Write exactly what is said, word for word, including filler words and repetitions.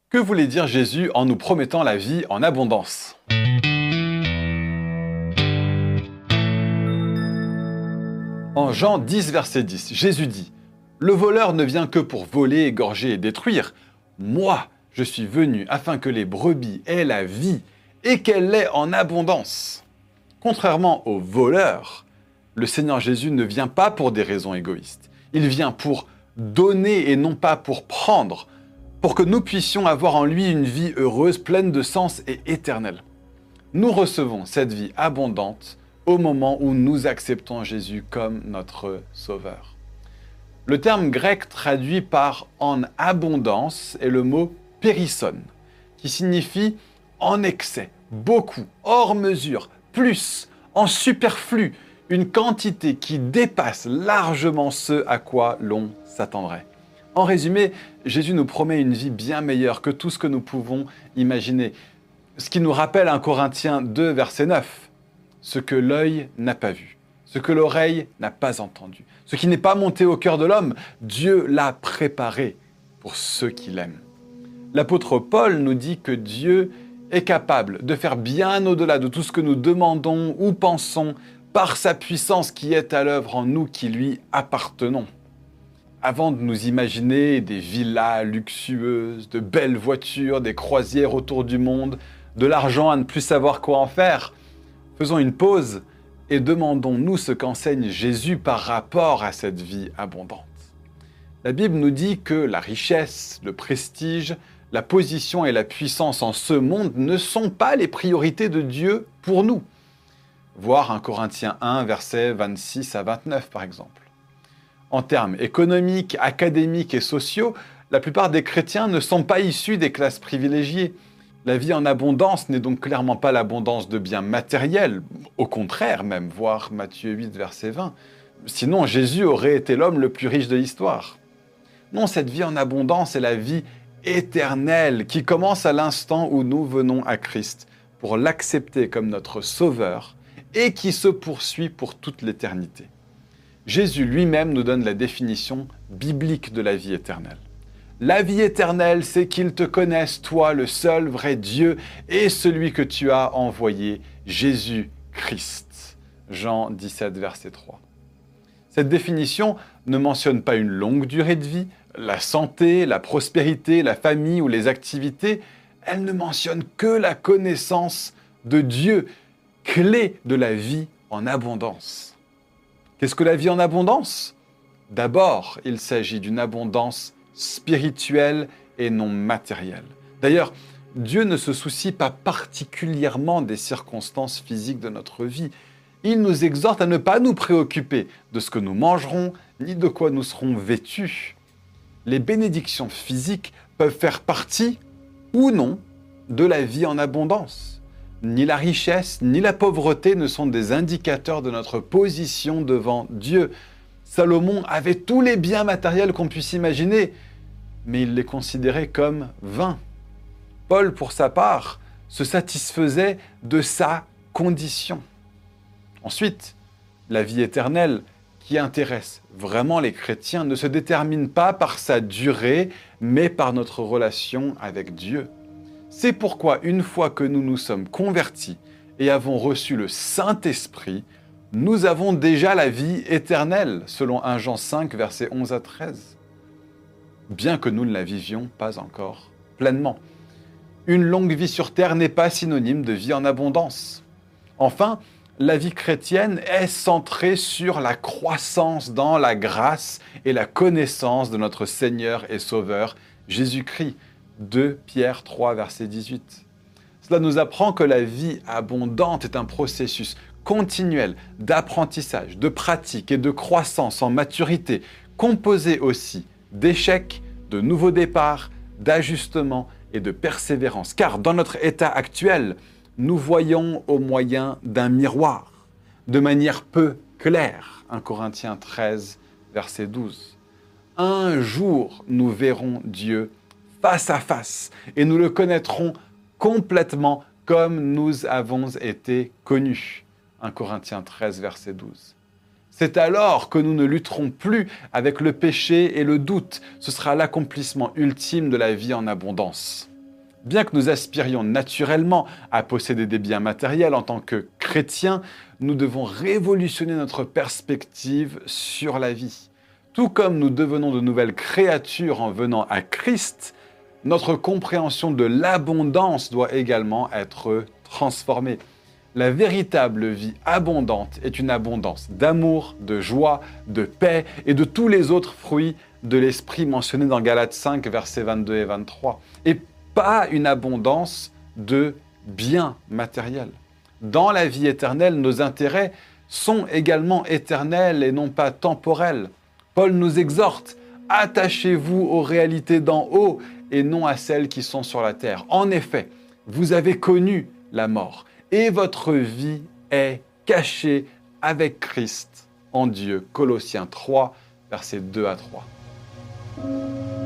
Que voulait dire Jésus en nous promettant la vie en abondance? En Jean dix, verset dix, Jésus dit « Le voleur ne vient que pour voler, égorger et détruire. Moi, je suis venu afin que les brebis aient la vie et qu'elle l'ait en abondance. » Contrairement aux voleurs, le Seigneur Jésus ne vient pas pour des raisons égoïstes. Il vient pour donner et non pas pour prendre, pour que nous puissions avoir en lui une vie heureuse, pleine de sens et éternelle. Nous recevons cette vie abondante au moment où nous acceptons Jésus comme notre Sauveur. Le terme grec traduit par « en abondance » est le mot « périsson », qui signifie « en excès », « beaucoup »,« hors mesure »,« plus »,« en superflu », une quantité qui dépasse largement ce à quoi l'on s'attendrait. En résumé, Jésus nous promet une vie bien meilleure que tout ce que nous pouvons imaginer. Ce qui nous rappelle un Corinthiens deux, verset neuf. « Ce que l'œil n'a pas vu, ce que l'oreille n'a pas entendu, ce qui n'est pas monté au cœur de l'homme, Dieu l'a préparé pour ceux qui l'aiment. » L'apôtre Paul nous dit que Dieu est capable de faire bien au-delà de tout ce que nous demandons ou pensons par sa puissance qui est à l'œuvre en nous qui lui appartenons. Avant de nous imaginer des villas luxueuses, de belles voitures, des croisières autour du monde, de l'argent à ne plus savoir quoi en faire, faisons une pause et demandons-nous ce qu'enseigne Jésus par rapport à cette vie abondante. La Bible nous dit que la richesse, le prestige, la position et la puissance en ce monde ne sont pas les priorités de Dieu pour nous. Voir un Corinthiens un, versets vingt-six à vingt-neuf par exemple. En termes économiques, académiques et sociaux, la plupart des chrétiens ne sont pas issus des classes privilégiées. La vie en abondance n'est donc clairement pas l'abondance de biens matériels, au contraire même, voir Matthieu huit, verset vingt. Sinon, Jésus aurait été l'homme le plus riche de l'histoire. Non, cette vie en abondance est la vie éternelle qui commence à l'instant où nous venons à Christ pour l'accepter comme notre Sauveur et qui se poursuit pour toute l'éternité. Jésus lui-même nous donne la définition biblique de la vie éternelle. La vie éternelle, c'est qu'ils te connaissent, toi, le seul vrai Dieu, et celui que tu as envoyé, Jésus-Christ. Jean dix-sept, verset trois. Cette définition ne mentionne pas une longue durée de vie, la santé, la prospérité, la famille ou les activités. Elle ne mentionne que la connaissance de Dieu, clé de la vie en abondance. Qu'est-ce que la vie en abondance? D'abord, il s'agit d'une abondance spirituelle et non matérielle. D'ailleurs, Dieu ne se soucie pas particulièrement des circonstances physiques de notre vie. Il nous exhorte à ne pas nous préoccuper de ce que nous mangerons, ni de quoi nous serons vêtus. Les bénédictions physiques peuvent faire partie, ou non, de la vie en abondance. Ni la richesse, ni la pauvreté ne sont des indicateurs de notre position devant Dieu. Salomon avait tous les biens matériels qu'on puisse imaginer, mais il les considérait comme vains. Paul, pour sa part, se satisfaisait de sa condition. Ensuite, la vie éternelle qui intéresse vraiment les chrétiens ne se détermine pas par sa durée, mais par notre relation avec Dieu. C'est pourquoi, une fois que nous nous sommes convertis et avons reçu le Saint-Esprit, nous avons déjà la vie éternelle, selon premier Jean cinq, versets onze à treize. Bien que nous ne la vivions pas encore pleinement. Une longue vie sur terre n'est pas synonyme de vie en abondance. Enfin, la vie chrétienne est centrée sur la croissance dans la grâce et la connaissance de notre Seigneur et Sauveur, Jésus-Christ. deux Pierre trois, verset dix-huit. Cela nous apprend que la vie abondante est un processus continuel d'apprentissage, de pratique et de croissance en maturité, composé aussi d'échecs, de nouveaux départs, d'ajustements et de persévérance. Car dans notre état actuel, nous voyons au moyen d'un miroir, de manière peu claire. premier Corinthiens treize, verset douze. Un jour, nous verrons Dieu face à face et nous le connaîtrons complètement comme nous avons été connus. premier Corinthiens treize, verset douze. C'est alors que nous ne lutterons plus avec le péché et le doute. Ce sera l'accomplissement ultime de la vie en abondance. Bien que nous aspirions naturellement à posséder des biens matériels en tant que chrétiens, nous devons révolutionner notre perspective sur la vie. Tout comme nous devenons de nouvelles créatures en venant à Christ, notre compréhension de l'abondance doit également être transformée. La véritable vie abondante est une abondance d'amour, de joie, de paix et de tous les autres fruits de l'esprit mentionnés dans Galates cinq, versets vingt-deux et vingt-trois. Et pas une abondance de biens matériels. Dans la vie éternelle, nos intérêts sont également éternels et non pas temporels. Paul nous exhorte, attachez-vous aux réalités d'en haut et non à celles qui sont sur la terre. En effet, vous avez connu la mort et votre vie est cachée avec Christ en Dieu. Colossiens trois, versets deux à trois.